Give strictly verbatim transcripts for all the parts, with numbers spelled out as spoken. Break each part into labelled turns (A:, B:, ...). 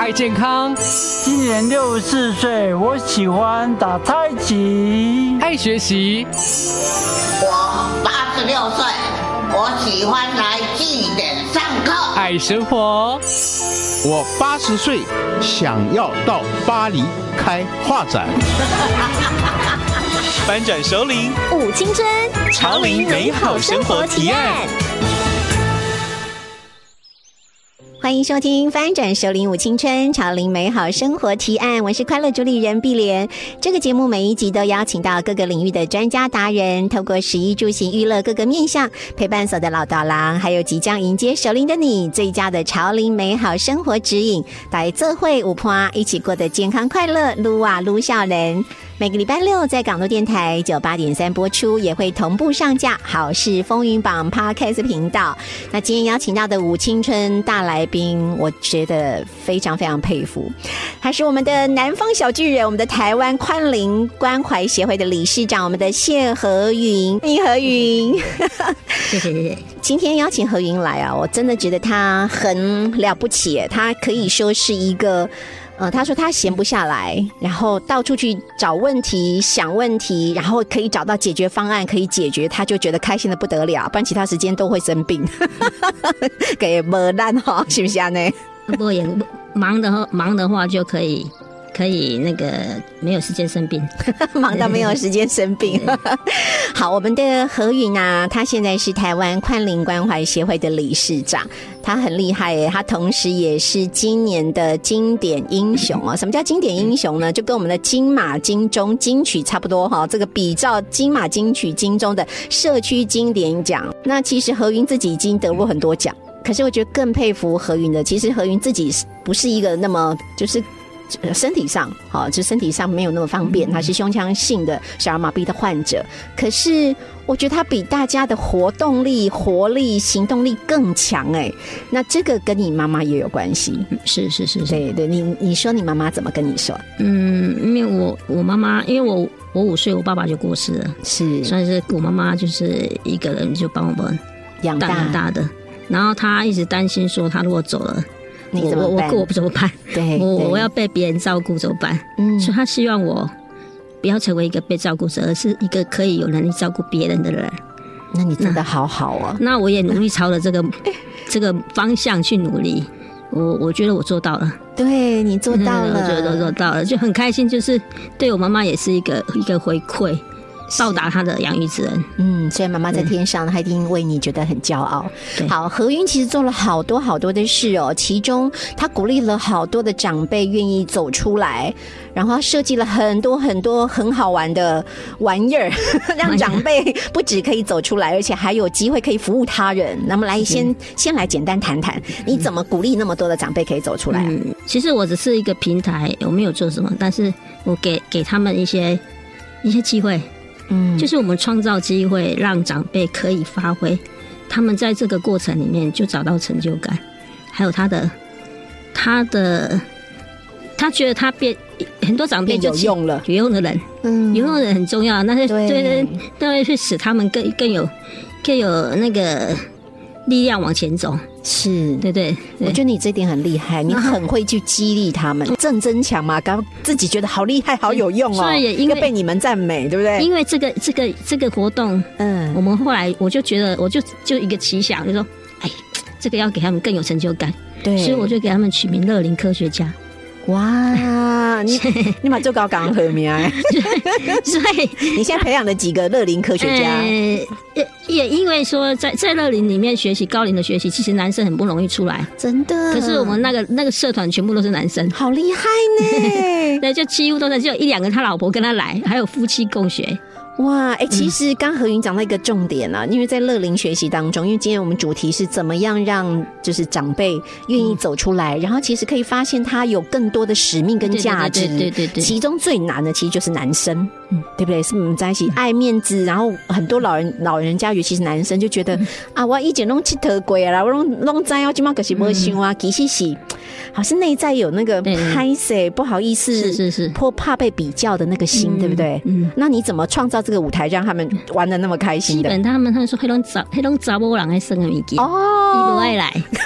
A: 爱健康，
B: 今年六十四岁，我喜欢打太极，
A: 爱学习。
C: 我八十六岁，我喜欢来祭典上课，
A: 爱生活。
D: 我八十岁，想要到巴黎开画展。
E: 翻转熟龄
F: 舞青春，潮龄美好生活提案。欢迎收听翻转熟龄舞青春潮龄美好生活提案，我是快乐主理人碧莲。这个节目每一集都邀请到各个领域的专家达人，透过食衣住行娱乐各个面向，陪伴所有的老导郎，还有即将迎接熟龄的你，最佳的潮龄美好生活指引，来做会舞趴一起过得健康快乐，撸啊撸笑人。每个礼拜六在港都电台九八点三播出，也会同步上架好事风云榜 Podcast 频道。那今天邀请到的舞青春大来宾，我觉得非常非常佩服，他是我们的南方小巨人，我们的台湾宽龄关怀协会的理事长，我们的谢和云。欢迎和云。
G: 谢谢谢谢。
F: 今天邀请和云来啊，我真的觉得他很了不起耶，他可以说是一个呃，他说他闲不下来，然后到处去找问题、想问题，然后可以找到解决方案，可以解决，他就觉得开心的不得了，不然其他时间都会生病，给没烂哈，是不是呢？
G: 不也忙的话，忙的话就可以。可以那个没有时间生病，
F: 忙到没有时间生病。好，我们的何云啊，他现在是台湾宽龄关怀协会的理事长，他很厉害耶，他同时也是今年的经典英雄哦。什么叫经典英雄呢？就跟我们的金马、金钟、金曲差不多哈。这个比照金马、金曲、金钟的社区经典奖，那其实何云自己已经得过很多奖，可是我觉得更佩服何云的，其实何云自己不是一个那么就是身体上好，就身体上没有那么方便，他是胸腔性的小儿麻痹的患者，可是我觉得他比大家的活动力、活力、行动力更强哎。那这个跟你妈妈也有关系？
G: 是是是是，
F: 对对，你你说你妈妈怎么跟你说？
G: 嗯，因为我我妈妈，因为我我五岁，我爸爸就过世了，
F: 是，
G: 所以是我妈妈就是一个人就帮我们
F: 养大
G: 养大的，然后她一直担心说，她如果走了。
F: 你怎么办？
G: 我我我怎么办？
F: 对，
G: 我我要被别人照顾怎么办？嗯，所以他希望我不要成为一个被照顾者，而是一个可以有能力照顾别人的人。
F: 那你真的好好啊！
G: 那, 那我也努力朝着这个这个方向去努力。我我觉得我做到了，
F: 对你做到了，
G: 我觉得我做到了，就很开心。就是对我妈妈也是一个一个回馈。报答他的养育之恩。
F: 嗯，虽然妈妈在天上，她一定为你觉得很骄傲。好，何云其实做了好多好多的事哦，其中他鼓励了好多的长辈愿意走出来，然后设计了很多很多很好玩的玩意儿，让长辈不只可以走出来，而且还有机会可以服务他人。那么来先先来简单谈谈，你怎么鼓励那么多的长辈可以走出来？
G: 嗯，其实我只是一个平台，我没有做什么，但是我给给他们一些一些机会。嗯，就是我们创造机会，让长辈可以发挥，他们在这个过程里面就找到成就感，还有他的他的他觉得他变很多长辈就
F: 有用了，
G: 有用的人，嗯，有用的人很重要，那是对对对，会使他们更更有更有那个力量往前走。
F: 是，
G: 对对，
F: 我觉得你这点很厉害，你很会去激励他们，正增强嘛，刚自己觉得好厉害，好有用哦，
G: 所以也因为
F: 被你们赞美，对不对？
G: 因为这个这个这个活动，嗯，我们后来我就觉得，我就就一个奇想，就说，哎，这个要给他们更有成就感，对，所以我就给他们取名乐龄科学家。
F: 哇，你你把最高港和名哎，
G: 所以
F: 你现在培养了几个乐龄科学家？
G: 呃、也也因为说在在乐龄里面学习高龄的学习，其实男生很不容易出来，
F: 真的。
G: 可是我们那个那个社团全部都是男生，
F: 好厉害呢！
G: 对，就几乎都是，只有一两个他老婆跟他来，还有夫妻共学。
F: 哇，哎、欸，其实刚何云讲到一个重点啊，因为在乐龄学习当中，因为今天我们主题是怎么样让就是长辈愿意走出来，嗯、然后其实可以发现他有更多的使命跟价值，
G: 对对 对, 对, 对, 对，
F: 其中最难的其实就是男生，嗯，对不对？是我们在一起爱面子，然后很多老人老人家，尤其是男生就觉得、嗯、啊，我以前拢佚佗过啊，我拢拢知我今嘛可是没想啊，其实是好像内在有那个拍摄不好意思，
G: 是是是，
F: 或怕被比较的那个心，嗯、对不对？嗯，那你怎么创造这个舞台，让他们玩得那么开心的？
G: 基本他们他们说，黑龙找黑龙找某人爱生的物件，哦，伊不爱来。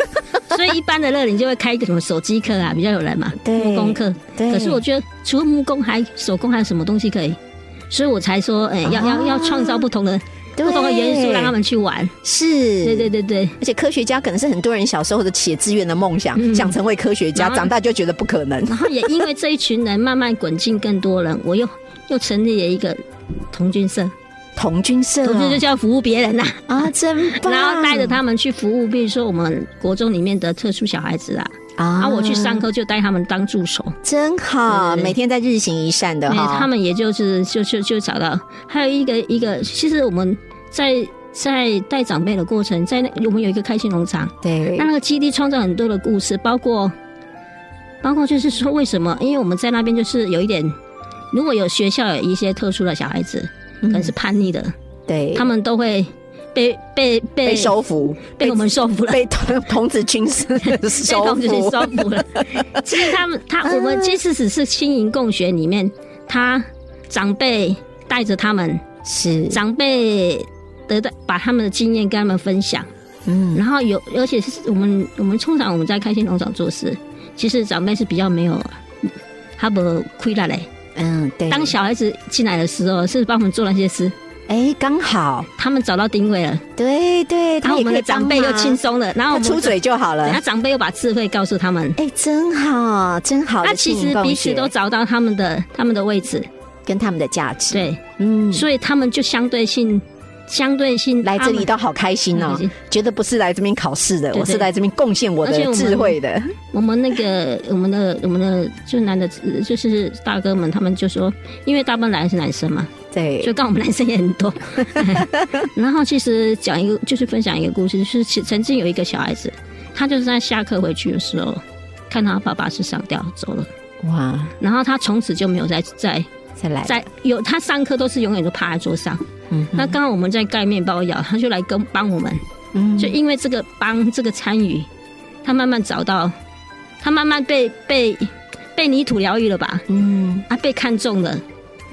G: 所以一般的乐龄就会开一个什么手机课啊，比较有人嘛，
F: 对
G: 木工课。
F: 对。
G: 可是我觉得除了木工还手工还有什么东西可以？所以我才说，哎、欸，要要要创造不同的。不同的元素让他们去玩，
F: 是，
G: 对对对对，
F: 而且科学家可能是很多人小时候的写志愿的梦想，嗯、想成为科学家，长大就觉得不可能。
G: 然后也因为这一群人慢慢滚进更多人，我又又成立了一个童军社，
F: 童军社、啊，
G: 童军就叫服务别人呐、啊，
F: 啊，真棒！
G: 然后带着他们去服务，比如说我们国中里面的特殊小孩子啊。啊！然后我去上课就带他们当助手，
F: 真好，对对对，每天在日行一善的哈。
G: 他们也就是就就就找到，还有一个一个，其实我们在在带长辈的过程，在那我们有一个开心农场，
F: 对，
G: 那那个基地创造很多的故事，包括包括就是说为什么？因为我们在那边就是有一点，如果有学校有一些特殊的小孩子，可能是叛逆的，嗯、
F: 对，
G: 他们都会。被被被
F: 被收服，
G: 被我们收服了，
F: 被童童子军收服，
G: 被童子军收服了。其实他们他我们即使只是青营共学里面，他长辈带着他们，
F: 是
G: 长辈得到把他们的经验跟他们分享，嗯，然后有而且是我们我们通常我们在开心农场做事，其实长辈是比较没有他不亏了嘞，
F: 嗯，对。
G: 当小孩子进来的时候，是帮我们做那些事。
F: 哎，刚好
G: 他们找到定位了，
F: 对对，
G: 然后我们的长辈又轻松了，然后我们
F: 出嘴就好了，
G: 然后长辈又把智慧告诉他们，
F: 哎，真好，真好。
G: 那其实彼此都找到他们的他们的位置
F: 跟他们的价值，
G: 对，嗯，所以他们就相对性。相对性
F: 来这里都好开心哦，觉得不是来这边考试的，对对，我是来这边贡献我的智慧的。
G: 我们那个我们的我们的就男的就是大哥们，他们就说，因为大部分来的是男生嘛，
F: 对，
G: 所以刚我们男生也很多。然后其实讲一个就是分享一个故事，就是曾经有一个小孩子，他就是在下课回去的时候，看到他爸爸是上吊走了，哇！然后他从此就没有再再
F: 再来，
G: 在有他上课都是永远都趴在桌上。嗯，那刚刚我们在盖面包窑，他就来跟帮我们，嗯，就因为这个帮这个参与，他慢慢找到，他慢慢被被被泥土疗愈了吧，嗯，啊，被看中了，呀、yeah ，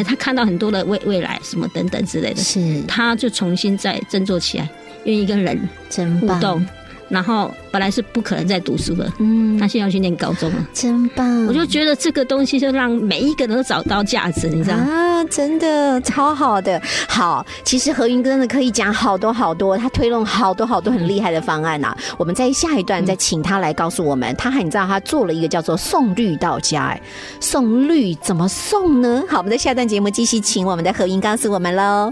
G: 他看到很多的未未来什么等等之类的，
F: 是，
G: 他就重新再振作起来，愿意跟人互动。然后本来是不可能再读书的，嗯，他现在要去念高中了，
F: 真棒！
G: 我就觉得这个东西就让每一个人都找到价值，你知道
F: 啊，真的超好的。好，其实何云真的可以讲好多好多，他推动好多好多很厉害的方案啊。我们在下一段再请他来告诉我们，他还你知道他做了一个叫做送绿到家，哎，送绿怎么送呢？好，我们在下段节目继续请我们的何云告诉我们喽。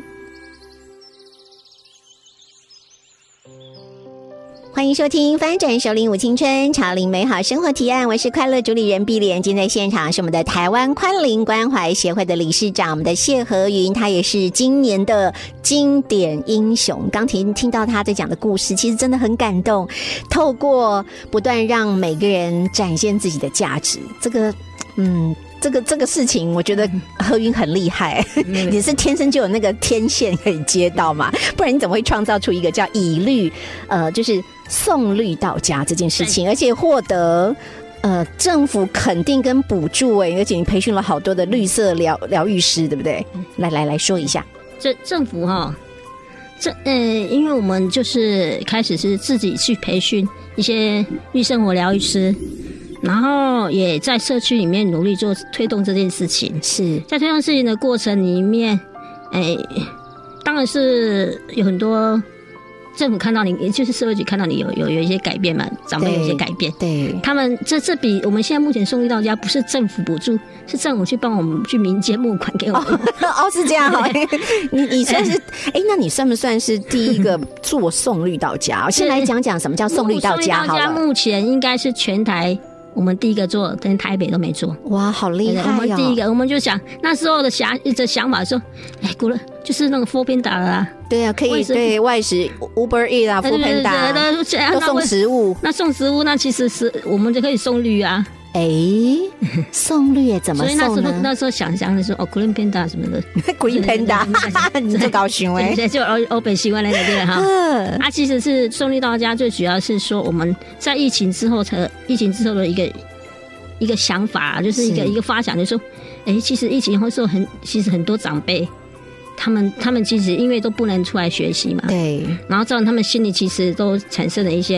F: 欢迎收听翻转首领舞青春潮龄美好生活提案，我是快乐主理人碧莲。今天在现场是我们的台湾宽龄关怀协会的理事长，我们的谢和云，他也是今年的经典英雄。刚听听到他在讲的故事，其实真的很感动，透过不断让每个人展现自己的价值，这个嗯这个这个事情，我觉得何云很厉害，你是天生就有那个天线可以接到嘛？不然你怎么会创造出一个叫以绿，呃，就是送绿到家这件事情，而且获得呃政府肯定跟补助哎，而且你培训了好多的绿色疗疗愈师，对不对？来来来说一下，
G: 这政府哈，这呃，因为我们就是开始是自己去培训一些绿生活疗愈师。然后也在社区里面努力做推动这件事情，
F: 是
G: 在推动事情的过程里面，哎，当然是有很多政府看到你，就是社会局看到你有有有一些改变嘛，长辈有一些改变，
F: 对，
G: 他们这这比我们现在目前送绿到家不是政府补助，是政府去帮我们去民间募款给我们。
F: 哦，哦是这样哈，你你算是哎，那你算不算是第一个做送绿到家？先来讲讲什么叫送绿到家好了。
G: 送绿到家目前应该是全台。我们第一个做，但是台北都没做。
F: 哇，好厉害、哦！
G: 我们第一个，我们就想那时候的想的想法说，哎，古了就是那个 Foodpanda 啦。对
F: 啊，可以对外食 Uber Eats 啊 ，Foodpanda 都送食物。
G: 那送食物，那其实是我们就可以送绿啊。
F: 哎，送绿怎么送呢？
G: 所以那时候那时候想象的说，哦 ，Green Panda 什么的
F: ，Green Panda， 你就高兴哎，
G: 就欧欧北西湾那个地方哈。啊，其实是送绿到家，最主要是说我们在疫情之后，才疫情之后的一个一个想法，就是一个一个发想，就是说，哎，其实疫情后之后很，其实很多长辈。他们他们其实因为都不能出来学习嘛，
F: 对，
G: 然后造成他们心里其实都产生了一些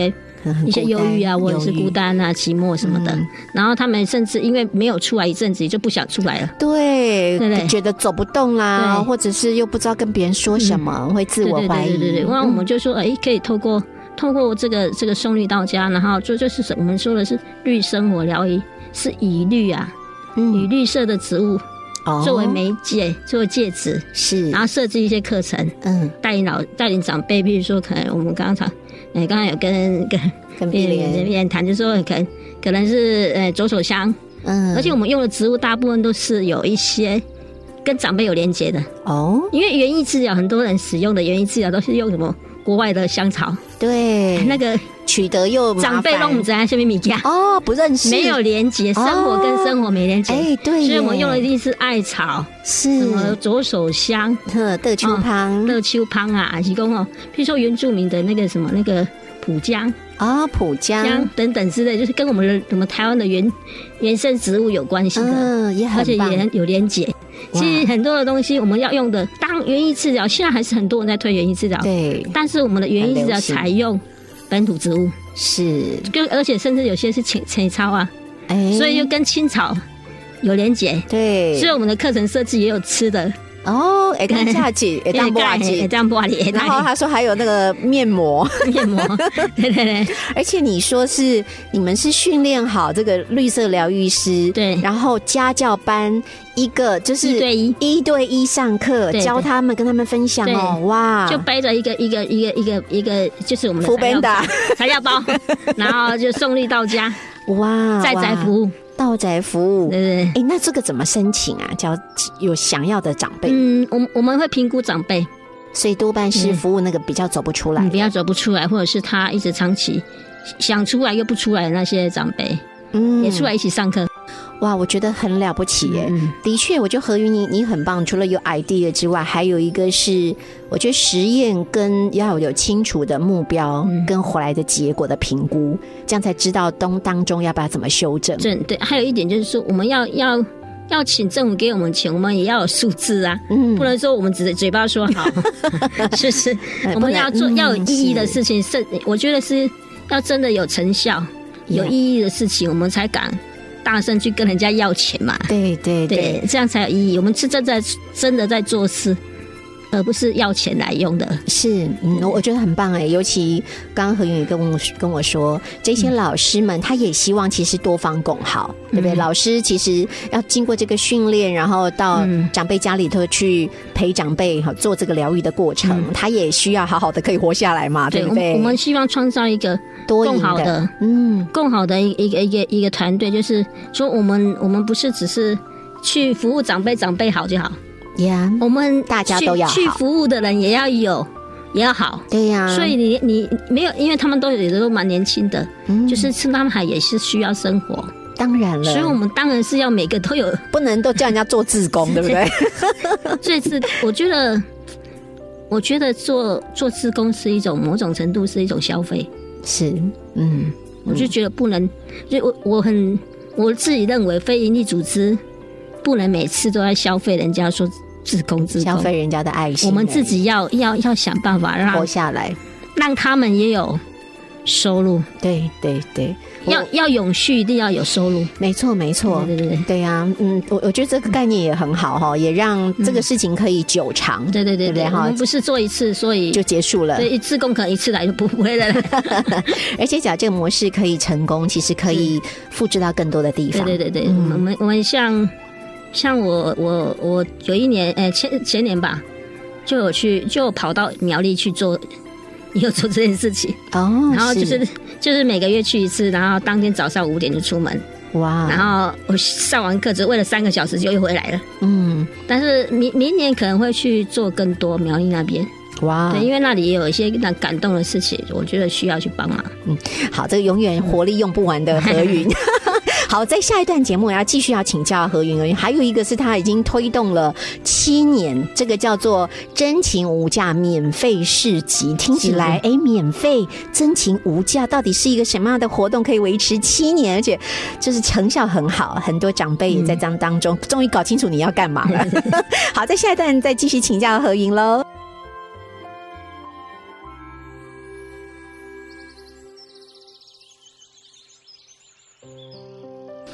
G: 一些忧郁啊，或者是孤单啊、寂寞什么的、嗯。然后他们甚至因为没有出来一阵子，就不想出来了。
F: 对，
G: 对对，
F: 觉得走不动啦，或者是又不知道跟别人说什么，嗯、会自我怀疑。
G: 对对对对对。那我们就说，哎、欸，可以透过透过这个这个松绿道家，然后就就是我们说的是绿生活疗愈，是以绿啊，嗯、以绿色的植物。作为媒介，作为介质，
F: 是，
G: 然后设置一些课程，嗯，带领老带领长辈，比如说可能我们刚刚呃刚刚有跟跟
F: 跟别人
G: 别人谈，就说可能可能是呃走手香，嗯，而且我们用的植物大部分都是有一些跟长辈有连结的哦，因为园艺治疗很多人使用的园艺治疗都是用什么国外的香草，
F: 对，
G: 那个。
F: 取得又麻烦，
G: 长辈都不知道什么物件
F: 哦，不认识，
G: 没有连结，生活跟生活没连结，哎、
F: 哦，对，
G: 所以我们用的一定是艾草，
F: 是
G: 什么左手香、
F: 德秋芳、
G: 德秋芳啊，还是讲哦，譬如说原住民的那个什么那个蒲姜
F: 啊，蒲姜
G: 等等之类，就是跟我们的我们台湾的原原生植物有关系的，
F: 嗯，也很
G: 而且也有连结。其实很多的东西我们要用的，当园艺治疗，现在还是很多人在推园艺治疗，
F: 对，
G: 但是我们的园艺治疗采用本土植物。
F: 是，
G: 跟而且甚至有些是青青草啊，哎，所以又跟青草有连结，
F: 对，
G: 所以我们的课程设计也有吃的
F: 哦，哎，当下去，哎，当玻璃，
G: 哎，当玻璃，
F: 然后他说还有那个面膜，
G: 面膜，对对对，
F: 而且你说是你们是训练好这个绿色疗愈师，
G: 对，
F: 然后家教班一个就是
G: 一对一
F: 一对一上课，教他们跟他们分享哦，哇，
G: 就背着一个一个一个一个一个就是我们的
F: 福本的
G: 材料包，然后就送绿到家，
F: 哇，
G: 在宅服务。
F: 到宅服务，
G: 对对对，
F: 哎，那这个怎么申请啊？叫有想要的长辈，
G: 嗯，我我们会评估长辈，
F: 所以多半是服务那个比较走不出来，
G: 嗯、比较走不出来，或者是他一直长期想出来又不出来的那些长辈，嗯，也出来一起上课。
F: 哇，我觉得很了不起耶！嗯、的确，我觉得何云你你很棒，除了有 idea 之外，还有一个是，我觉得实验跟要有清楚的目标跟回来的结果的评估，嗯、这样才知道当当中要不要怎么修正。
G: 对对，还有一点就是说，我们要要要请政府给我们钱，我们也要有数字啊，嗯，不能说我们只嘴巴说好，是不是？我们要做、嗯、要有意义的事情，是我觉得是要真的有成效、有意义的事情，我们才敢大声去跟人家要钱嘛，
F: 对对 对,
G: 对，这样才有意义。我们是真的真的在做事，而不是要钱来用的。
F: 是，嗯，我觉得很棒哎。尤其刚刚何云也跟我跟我说，这些老师们、嗯、他也希望其实多方共好，对不对？嗯、老师其实要经过这个训练，然后到长辈家里头去陪长辈做这个疗愈的过程、嗯，他也需要好好的可以活下来嘛，对, 对不对？
G: 我们希望创造一个更好的，嗯，更好的一个一个一个一个团队，就是说我们我们不是只是去服务长辈，长辈好就好。
F: 呀、yeah,
G: 我们
F: 大家都要好，
G: 去服务的人也要有，也要好。
F: 对呀、啊，
G: 所以你你没有，因为他们都有的都蛮年轻的，嗯，就是他们还也是需要生活。
F: 当然了，
G: 所以我们当然是要每个都有，
F: 不能都叫人家做志工，对不对？
G: 所以是我觉得，我觉得做做志工是一种某种程度是一种消费。
F: 是，嗯，
G: 我就觉得不能，所以我我很我自己认为非营利组织不能每次都在消费人家说志工志工，
F: 消费人家的爱心，
G: 我们自己要要要想办法让
F: 活下来，
G: 让他们也有收入。
F: 对对对，
G: 要要永续，一定要有收入。
F: 没错没错，
G: 对对对
F: 对呀、啊，嗯，我我觉得这个概念也很好哈，也让这个事情可以久长。
G: 对对对
F: 对, 对, 对，
G: 我们不是做一次，所以
F: 就结束了。
G: 对，一次工可能一次来就不会了。
F: 而且，只要这个模式可以成功，其实可以复制到更多的地方。
G: 对对对对，嗯、我们我们像像我我我有一年，哎、欸、前前年吧，就有去就跑到苗栗去做。也有做这件事情哦，然后就是是就是每个月去一次，然后当天早上五点就出门，哇！然后我上完课只为了三个小时就又回来了，嗯。但是明明年可能会去做更多苗栗那边，哇！对，因为那里也有一些让感动的事情，我觉得需要去帮忙。嗯，
F: 好，这个永远活力用不完的何云。好，在下一段节目我要继续要请教何云了，还有一个是他已经推动了七年，这个叫做真情无价免费市集，听起来哎，免费真情无价到底是一个什么样的活动，可以维持七年，而且就是成效很好，很多长辈也在这当中、嗯、终于搞清楚你要干嘛了。好，在下一段再继续请教何云咯。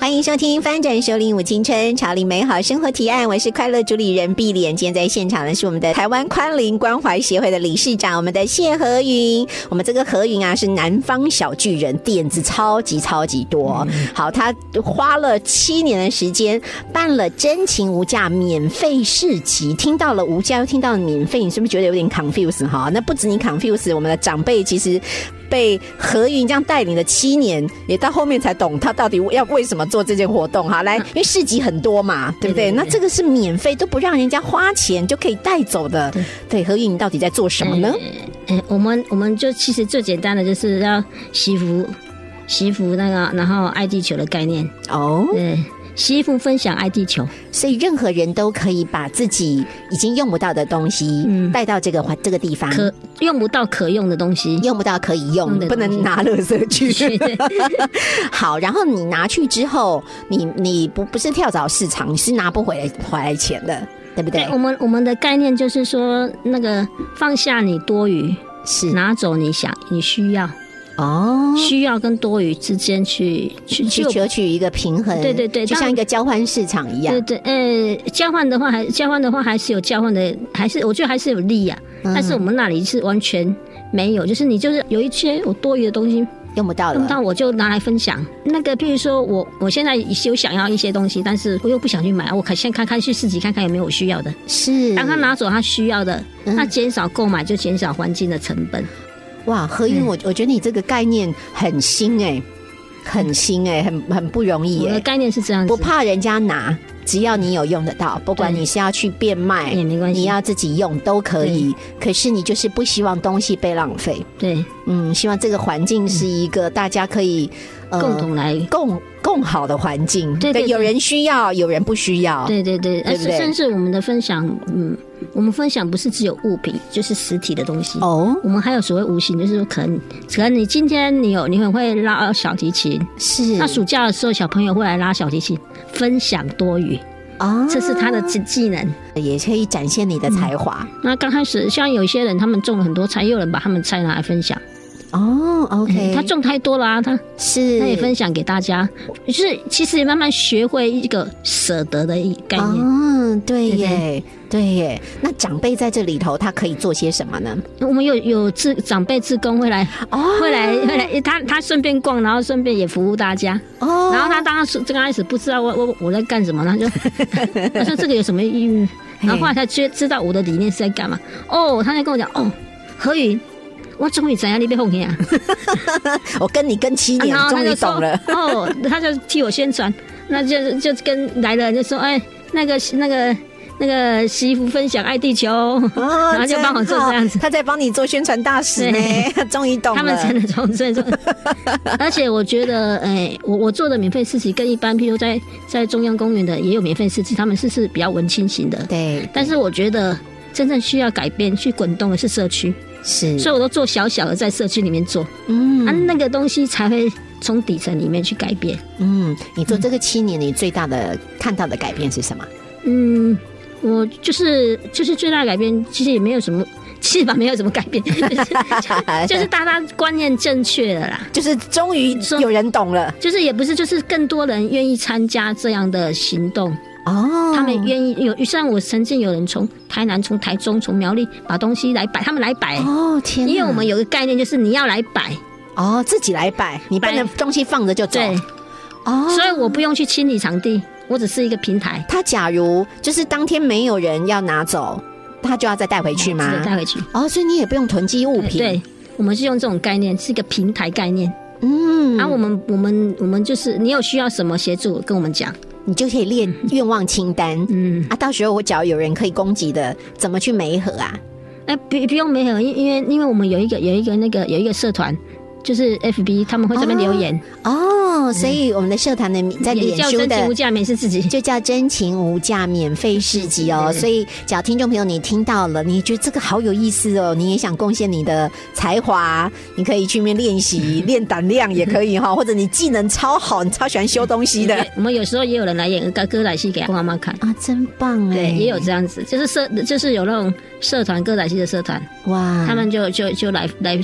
F: 欢迎收听翻转首领舞青春潮领美好生活提案，我是快乐主理人碧莲。今天在现场的是我们的台湾宽龄关怀协会的理事长，我们的谢和云。我们这个和云啊是南方小巨人，点子超级超级多。好，他花了七年的时间办了真情无价免费市集，听到了无价又听到了免费，你是不是觉得有点 confuse 哈？那不止你 confuse， 我们的长辈其实被和云这样带领了七年，也到后面才懂他到底要为什么做这件活动哈。来，因为市集很多嘛，对不对？对对对，那这个是免费，都不让人家花钱就可以带走的。对，对，和云你到底在做什么呢？
G: 呃呃、我们我们就其实最简单的就是要惜福，惜福那个，然后爱地球的概念哦。对。惜福分享爱地球，
F: 所以任何人都可以把自己已经用不到的东西带到这个、嗯、这个地方，
G: 可用不到可用的东西，
F: 用不到可以用，不能拿垃圾去。好，然后你拿去之后，你你不不是跳蚤市场，你是拿不回来回来钱的，对不对？
G: 对，我们我们的概念就是说，那个放下你多余，是拿走你想你需要。哦，需要跟多余之间去
F: 去去求取一个平衡，
G: 对对对，
F: 就像一个交换市场一样。
G: 对对，呃，交换的话还交换的话还是有交换的，还是我觉得还是有利啊。嗯、但是我们那里是完全没有，就是你就是有一些我多余的东西
F: 用不到了，
G: 用不到我就拿来分享。那个，譬如说我我现在有想要一些东西，但是我又不想去买，我先看看去市集看看有没有我需要的。是，当他拿走他需要的，那减少购买就减少环境的成本。
F: 哇，和云，我我觉得你这个概念很新哎、欸，很新哎、欸，很很不容易哎、欸。
G: 我的概念是这样子，
F: 不怕人家拿，只要你有用得到，不管你是要去变卖也没关系，你要自己用都可以。可是你就是不希望东西被浪费。对，嗯，希望这个环境是一个大家可以、
G: 呃、共同来
F: 共共好的环境。对, 对, 对，有人需要，有人不需要。
G: 对对对，对不对？甚至我们的分享，嗯。我们分享不是只有物品，就是实体的东西哦。我们还有所谓无形，就是说可能可能你今天你有你很会拉小提琴，是那暑假的时候小朋友会来拉小提琴，分享多余哦，这是他的技能，
F: 也可以展现你的才华。
G: 嗯、那刚开始像有些人他们种了很多菜，也有人把他们菜拿来分享。
F: 哦 ，OK，
G: 他种太多了啊，他是他也分享给大家，就是其实也慢慢学会一个舍得的概念。
F: 嗯、哦，对耶，对耶。那长辈在这里头，他可以做些什么呢？
G: 我们有有志长辈志工会来，哦，会来会来，他他顺便逛，然后顺便也服务大家。哦，然后他当时刚开始不知道我我我在干什么，他就他说这个有什么意义？然后后来他知道我的理念是在干嘛。哦，他就跟我讲，哦，和云。我终于知道你被哄骗啊！
F: 我跟你跟七年，终于懂了。
G: 哦，他就替我宣传，那就就跟来了就说，哎，那个那个那个媳妇分享爱地球，哦、然后就帮我做这样子。
F: 他在帮你做宣传大使呢，终于懂了。
G: 他们真的从这种，而且我觉得，哎，我我做的免费市集跟一般，譬如在在中央公园的也有免费市集，他们是是比较文青型的。对，但是我觉得真正需要改变、去滚动的是社区。是，所以我都做小小的，在社区里面做，嗯，啊，那个东西才会从底层里面去改变。
F: 嗯，你做这个七年，你最大的看到的改变是什么？
G: 嗯，我就是就是最大的改变，其实也没有什么，其实吧，没有什么改变，就是就是大家观念正确了啦，
F: 就是终于有人懂了，
G: 就是也不是，就是更多人愿意参加这样的行动。哦，他们愿意有，像我曾经有人从台南、从台中、从苗栗把东西来摆，他们来摆。哦，天哪！因为我们有个概念，就是你要来摆，
F: 哦，自己来摆，你搬的东西放着就走。对，
G: 哦，所以我不用去清理场地，我只是一个平台。
F: 他假如就是当天没有人要拿走，他就要再带回去吗？
G: 带回去。
F: 哦，所以你也不用囤积物品。
G: 对，我们是用这种概念，是一个平台概念。嗯，然后我们我们我们就是你有需要什么协助，跟我们讲。
F: 你就可以列愿望清单，嗯啊，到时候我只要有人可以攻击的，怎么去媒合啊？
G: 哎、欸，不不用媒合，因因为因为我们有一个有一个那个有一个社团，就是 F B， 他们会这边留言
F: 哦。哦，所以我们的社团的在脸书的
G: 真情无价免费市集，
F: 就叫真情无价免费市集哦。所以，只要听众朋友你听到了，你觉得这个好有意思哦，你也想贡献你的才华，你可以去面练习练胆量也可以哈，或者你技能超好，你超喜欢修东西的。
G: 我们有时候也有人来演个歌仔戏给妈妈看
F: 啊，真棒哎！
G: 对，也有这样子，就是社就是有那种社团歌仔戏的社团哇，他们就就就来来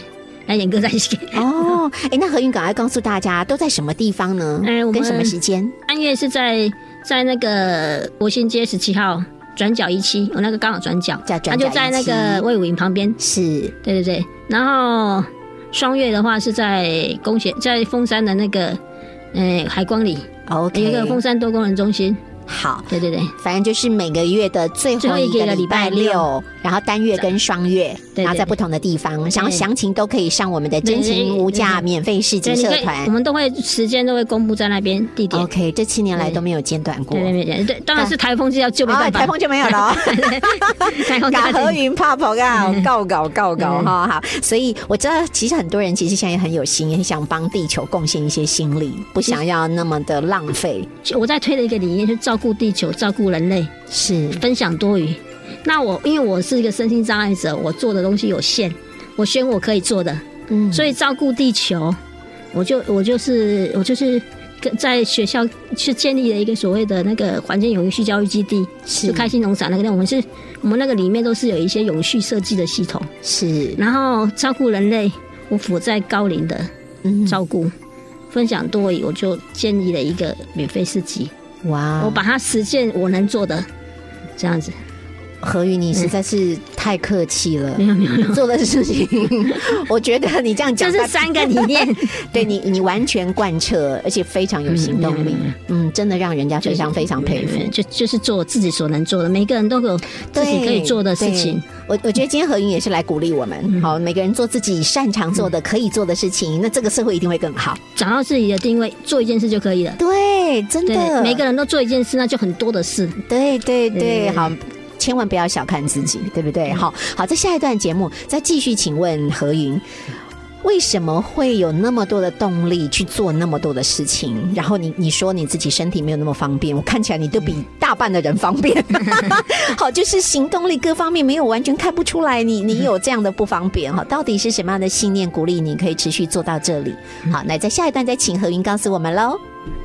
G: 来演歌在一起。
F: 哦，哎、欸，那何云赶快告诉大家都在什么地方呢？
G: 哎、呃，
F: 跟什么时间？
G: 安乐是在在那个国新街十七号转角一期，我那个刚好转角，
F: 它
G: 就在那个魏武营旁边。
F: 是，
G: 对对对。然后双月的话是在宫前，在凤山的那个呃海光里，
F: OK，
G: 有一个凤山多功能中心。
F: 好，
G: 对对对，
F: 反正就是每个月的最后一个礼拜六，然后单月跟双月，
G: 对对对，
F: 然后在不同的地方，想要详情都可以上我们的真情无价免费市集社团，
G: 我们都会时间都会公布在那边地点。
F: OK， 这七年来都没有间断过，
G: 对对对对，当然是台风就要就没办法，
F: 台风就没有了。
G: 台风
F: 搞何云怕跑啊，告搞告搞哈好，所以我知道其实很多人其实现在也很有心，也很想帮地球贡献一些心力，不想要那么的浪费。
G: 我在推的一个理念就是照顾地球，照顾人类，
F: 是
G: 分享多余。那我因为我是一个身心障碍者，我做的东西有限，我选我可以做的，嗯，所以照顾地球，我就我就是我就是在学校去建立了一个所谓的那个环境永续教育基地，是开心农场那个，我们是我们那个里面都是有一些永续设计的系统，
F: 是，
G: 然后照顾人类，我辅在高龄的照顾，嗯、分享多余，我就建立了一个免费市集。
F: 哇！
G: 我把它实现我能做的，这样子。
F: 何云，你实在是太客气了。
G: 没有没有，
F: 你做的事情，我觉得你这样讲，
G: 这是三个理念，
F: 对你你完全贯彻，而且非常有行动力。嗯，真的让人家非常非常佩服。
G: 就就是做自己所能做的，每个人都有自己可以做的事情。
F: 我我觉得今天何云也是来鼓励我们，嗯、好，每个人做自己擅长做的、嗯、可以做的事情，那这个社会一定会更好。
G: 找到自己的定位，做一件事就可以了。
F: 对，真的，
G: 每个人都做一件事，那就很多的事。
F: 对对 对, 对，好。千万不要小看自己，对不对？好好，在下一段节目再继续请问何云，为什么会有那么多的动力去做那么多的事情？然后你你说你自己身体没有那么方便，我看起来你都比大半的人方便。好，就是行动力各方面没有完全看不出来你你有这样的不方便哈，到底是什么样的信念鼓励你可以持续做到这里？好，那在下一段再请何云告诉我们喽。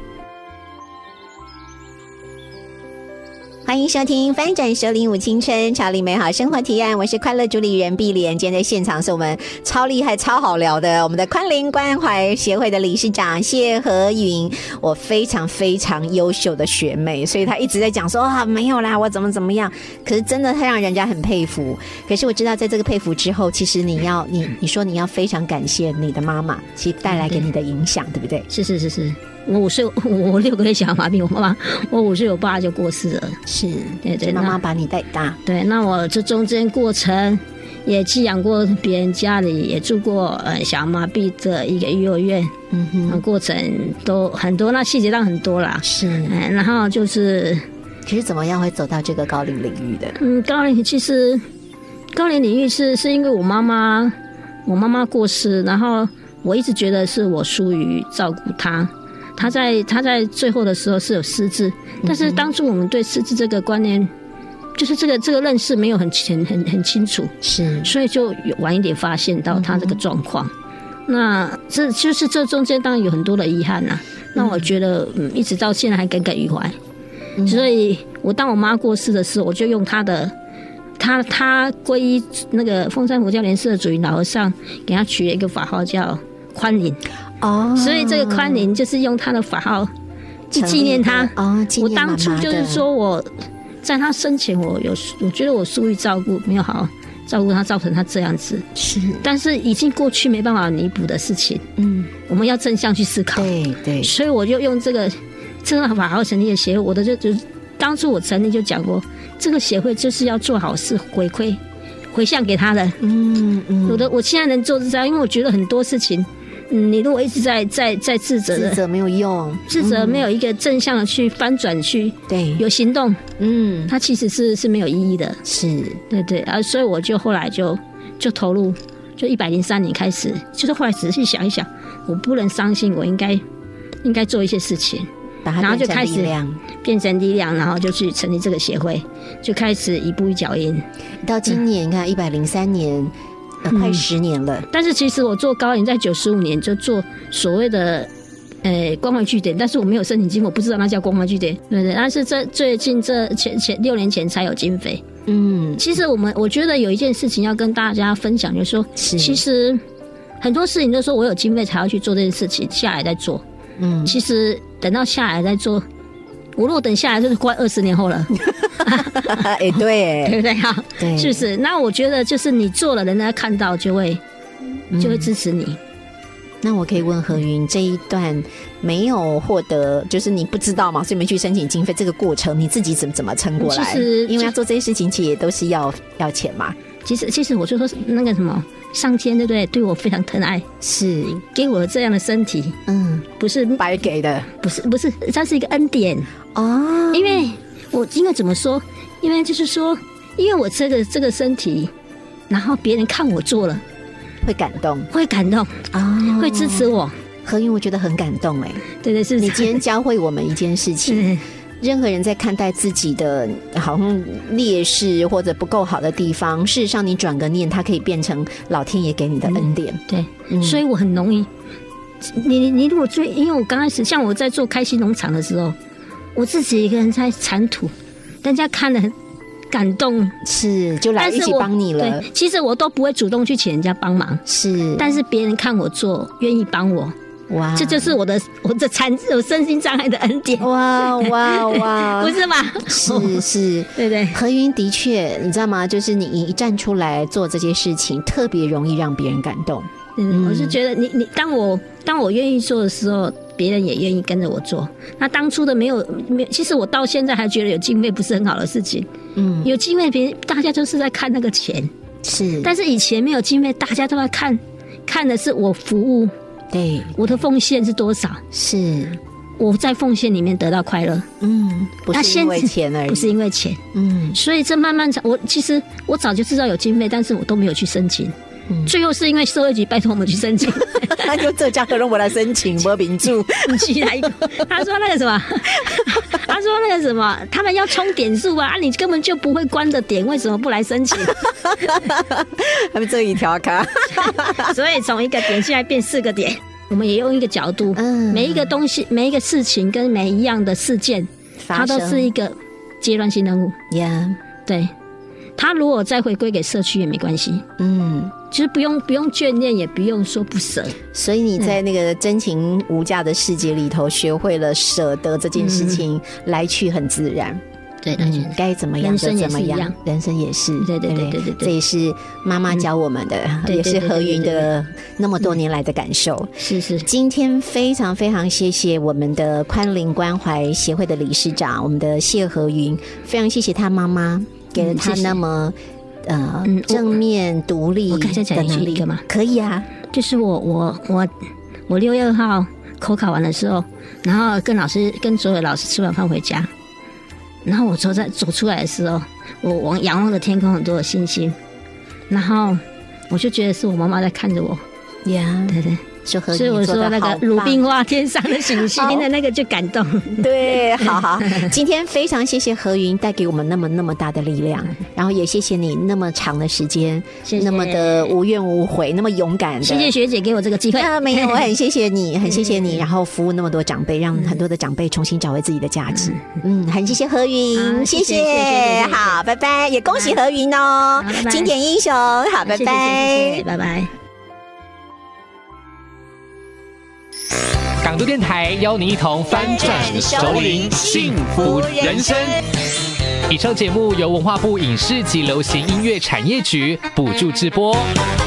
F: 欢迎收听翻转首领舞青春潮领美好生活提案，我是快乐主理人碧莲。今天在现场是我们超厉害超好聊的我们的宽龄关怀协会的理事长谢何云，我非常非常优秀的学妹，所以她一直在讲说啊没有啦我怎么怎么样，可是真的太让人家很佩服。可是我知道在这个佩服之后，其实你要你你说你要非常感谢你的妈妈，其实带来给你的影响，对不对？
G: 是是是是，我五岁，我六个月小麻痹，我妈妈，我五岁，我爸就过世了。
F: 是，
G: 对对，
F: 妈妈把你带大。
G: 对，那我这中间过程也寄养过别人家里，也住过呃小麻痹的一个幼儿园。嗯哼，过程都很多，那细节当然很多啦。是，嗯，然后就是，
F: 其实怎么样会走到这个高龄领域的？
G: 嗯，高龄其实高龄领域是是因为我妈妈，我妈妈过世，然后我一直觉得是我疏于照顾她。他在他在最后的时候是有失智，但是当初我们对失智这个观念，就是这个这个认识没有很很很很清楚，是，所以就有晚一点发现到他这个状况。嗯、那这就是这中间当然有很多的遗憾啊。那我觉得，嗯，一直到现在还耿耿于怀。嗯、所以我当我妈过世的时候，我就用她的，她她皈依那个凤山佛教莲寺的主云老和尚，给她取了一个法号叫宽龄。哦，所以这个宽龄就是用他的法号去纪念他。哦，纪念妈妈的。我当初就是说我在他生前，我有我觉得我疏于照顾，没有好好照顾他，造成他这样子。是，但是已经过去没办法弥补的事情。嗯，我们要正向去思考。对对。所以我就用这个这个法号成立的协会，我的就就当初我成立就讲过，这个协会就是要做好事回馈回向给他的。嗯嗯。我的我现在能做是这样，因为我觉得很多事情。嗯，你如果一直在在在自责的，
F: 自责没有用，
G: 自责没有一个正向的去翻转去，对，有行动，嗯，它其实是是没有意义的，是，对对，啊，所以我就后来就就投入，就一百零三年开始，就是后来仔细想一想，我不能伤心，我应该应该做一些事情，然后就开始变成力量，然后就去成立这个协会，就开始一步一脚印，
F: 到今年、嗯、你看一百零三年。呃、快十年了、嗯，
G: 但是其实我做高龄在九十五年就做所谓的呃关怀据点，但是我没有申请经费，我不知道那叫关怀据点，对不对？但是这最近这前前六年前才有经费。嗯，其实我们我觉得有一件事情要跟大家分享，就是说，是其实很多事情都说我有经费才要去做这件事情，下来再做。嗯，其实等到下来再做，我如果等下来就是快二十年后了。
F: 哎、欸，对，
G: 对不对啊？
F: 对，
G: 是不是？那我觉得就是你做了，人家看到就会就会支持你。嗯，
F: 那我可以问何云，这一段没有获得，就是你不知道嘛，所以没去申请经费，这个过程你自己怎么怎么撑过来？其实因为要做这些事情，其实也都是要要钱嘛。其实，其实我就说那个什么，上天对不对？对我非常疼爱，是给我这样的身体，嗯，不是白给的，不是不是，它是一个恩典哦。因为我应该怎么说？因为就是说，因为我这个这个身体，然后别人看我做了，会感动，会感动啊，哦，会支持我。何云，我觉得很感动哎。对对，是你今天教会我们一件事情。任何人在看待自己的好像劣势或者不够好的地方，事实上你转个念，它可以变成老天爷给你的恩典。嗯，对，嗯，所以我很容易。你你如果追，因为我刚开始像我在做开心农场的时候，我自己一个人在铲土，人家看了很感动，是就来一起帮你了。对，其实我都不会主动去请人家帮忙，是，但是别人看我做，愿意帮我。哇，这就是我的我的残有身心障碍的恩典。哇哇哇，不是吗？是是，对对。何云的确，你知道吗？就是你一站出来做这些事情，特别容易让别人感动。嗯，我是觉得你你当我当我愿意做的时候，别人也愿意跟着我做。那当初的没有没有，其实我到现在还觉得有经费不是很好的事情。嗯，有经费，别人大家就是在看那个钱，是。但是以前没有经费，大家都在看看的是我服务。对，我的奉献是多少？是我在奉献里面得到快乐。嗯，不是因为钱而已，不是因为钱。嗯，所以这慢慢我其实我早就知道有经费，但是我都没有去申请。嗯，最后是因为社会局拜托我们去申请，那就这家可让我来申请，没民主，你去来一个。他说那个什么，他说那个什么，他们要充点数啊，啊，你根本就不会关的点，为什么不来申请？他们这一条卡，所以从一个点现在变四个点。我们也用一个角度，嗯，每一个东西、每一个事情跟每一样的事件，它都是一个阶段性任务。呀， yeah. 对。他如果再回归给社区也没关系，嗯，其实不用不用眷恋，也不用说不舍。所以你在那个真情无价的世界里头，学会了舍得这件事情，嗯，来去很自然。对，嗯，该怎么样就怎么样，人生也是，对对对对对，这也是妈妈教我们的，嗯，也是何云的那么多年来的感受。是是，今天非常非常谢谢我们的宽龄关怀协会的理事长，我们的谢何云，非常谢谢他妈妈。给了他那么，嗯，呃、嗯、正面独立的能力。我可以再讲一个吗？可以啊，就是我我我我六月二号口考完的时候，然后跟老师跟所有老师吃完饭回家，然后我走在走出来的时候，我往仰望着天空很多的星星，然后我就觉得是我妈妈在看着我，呀， yeah. 对对。所以我说那个鲁冰花天上的星星的那个就感动。对，好好，今天非常谢谢何云带给我们那么那么大的力量，然后也谢谢你那么长的时间，谢谢那么的无怨无悔，那么勇敢的。谢谢学姐给我这个机会。啊，没有，我很谢谢你，很谢谢你，然后服务那么多长辈，让很多的长辈重新找回自己的价值。嗯，很谢谢何云，谢谢，好，拜拜，也恭喜何云哦，经典英雄，好，拜拜，拜拜。
A: 港都电台邀您一同翻转熟龄幸福人生。以上节目由文化部影视及流行音乐产业局补助直播。